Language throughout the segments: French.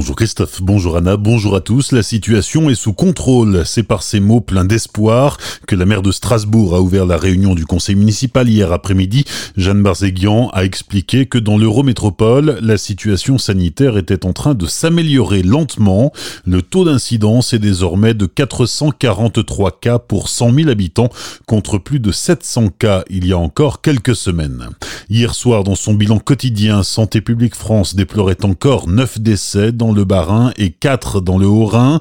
Bonjour Christophe, bonjour Anna, bonjour à tous. La situation est sous contrôle. C'est par ces mots pleins d'espoir que la maire de Strasbourg a ouvert la réunion du conseil municipal hier après-midi. Jeanne Barzéguian a expliqué que dans l'Eurométropole, la situation sanitaire était en train de s'améliorer lentement. Le taux d'incidence est désormais de 443 cas pour 100 000 habitants contre plus de 700 cas il y a encore quelques semaines. Hier soir, dans son bilan quotidien, Santé publique France déplorait encore 9 décès dans le Bas-Rhin et 4 dans le Haut-Rhin.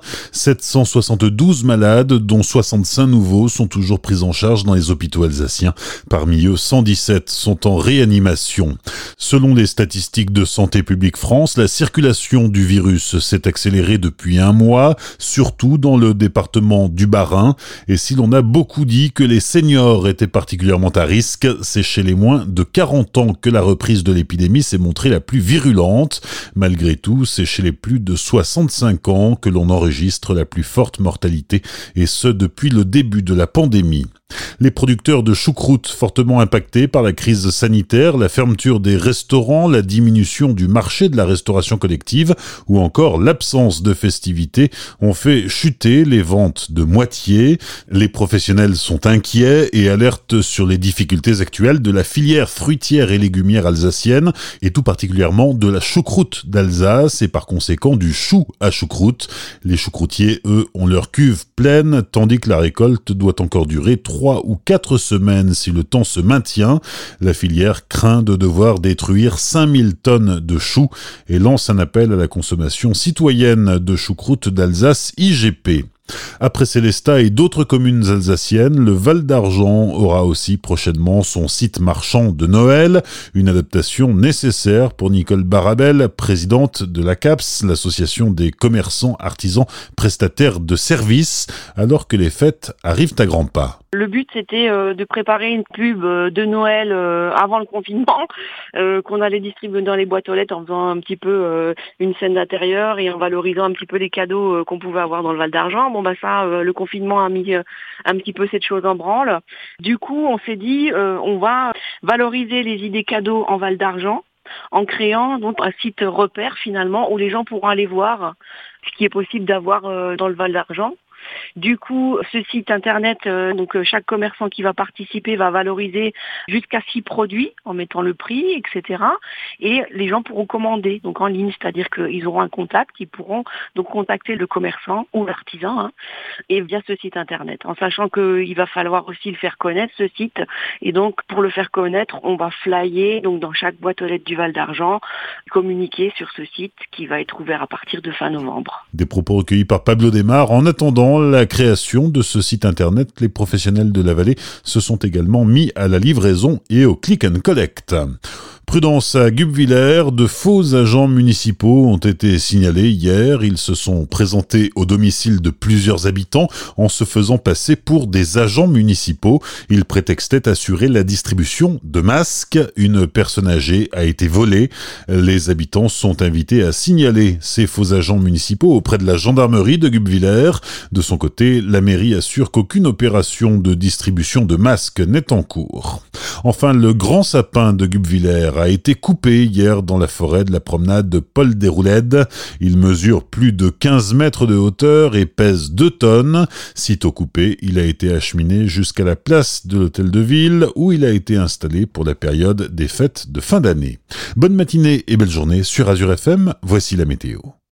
772 malades, dont 65 nouveaux, sont toujours pris en charge dans les hôpitaux alsaciens. Parmi eux, 117 sont en réanimation. Selon les statistiques de Santé publique France, la circulation du virus s'est accélérée depuis un mois, surtout dans le département du Bas-Rhin. Et si l'on a beaucoup dit que les seniors étaient particulièrement à risque, c'est chez les moins de 40 ans que la reprise de l'épidémie s'est montrée la plus virulente. Malgré tout, c'est chez les plus de 65 ans que l'on enregistre la plus forte mortalité, et ce depuis le début de la pandémie. Les producteurs de choucroute fortement impactés par la crise sanitaire, la fermeture des restaurants, la diminution du marché de la restauration collective ou encore l'absence de festivités ont fait chuter les ventes de moitié. Les professionnels sont inquiets et alertent sur les difficultés actuelles de la filière fruitière et légumière alsacienne et tout particulièrement de la choucroute d'Alsace et par conséquent du chou à choucroute. Les choucroutiers, eux, ont leur cuve pleine tandis que la récolte doit encore durer 3 ou 4 semaines si le temps se maintient. La filière craint de devoir détruire 5000 tonnes de choux et lance un appel à la consommation citoyenne de choucroute d'Alsace IGP. Après Célestat et d'autres communes alsaciennes, le Val d'Argent aura aussi prochainement son site marchand de Noël, une adaptation nécessaire pour Nicole Barabel, présidente de l'ACAPS, l'association des commerçants artisans prestataires de services, alors que les fêtes arrivent à grands pas. Le but, c'était de préparer une pub de Noël avant le confinement, qu'on allait distribuer dans les boîtes aux lettres en faisant un petit peu une scène d'intérieur et en valorisant un petit peu les cadeaux qu'on pouvait avoir dans le Val d'Argent. Le confinement a mis un petit peu cette chose en branle. Du coup, on s'est dit, on va valoriser les idées cadeaux en Val d'Argent en créant donc un site repère finalement où les gens pourront aller voir ce qui est possible d'avoir dans le Val d'Argent. Du coup, ce site internet, chaque commerçant qui va participer va valoriser jusqu'à 6 produits en mettant le prix, etc. Et les gens pourront commander donc en ligne, c'est-à-dire qu'ils auront un contact, ils pourront donc contacter le commerçant ou l'artisan et via ce site internet, en sachant qu'il va falloir aussi le faire connaître, ce site. Et donc, pour le faire connaître, on va flyer donc dans chaque boîte aux lettres du Val d'Argent, communiquer sur ce site qui va être ouvert à partir de fin novembre. Des propos recueillis par Pablo Desmar. En attendant la création de ce site internet, les professionnels de la vallée se sont également mis à la livraison et au click and collect. Prudence à Guebwiller, de faux agents municipaux ont été signalés hier. Ils se sont présentés au domicile de plusieurs habitants en se faisant passer pour des agents municipaux. Ils prétextaient assurer la distribution de masques. Une personne âgée a été volée. Les habitants sont invités à signaler ces faux agents municipaux auprès de la gendarmerie de Guebwiller. De son côté, la mairie assure qu'aucune opération de distribution de masques n'est en cours. Enfin, le grand sapin de Guebwiller a été coupé hier dans la forêt de la promenade de Paul Déroulède. Il mesure plus de 15 mètres de hauteur et pèse 2 tonnes. Sitôt coupé, il a été acheminé jusqu'à la place de l'hôtel de ville où il a été installé pour la période des fêtes de fin d'année. Bonne matinée et belle journée sur Azure FM, voici la météo.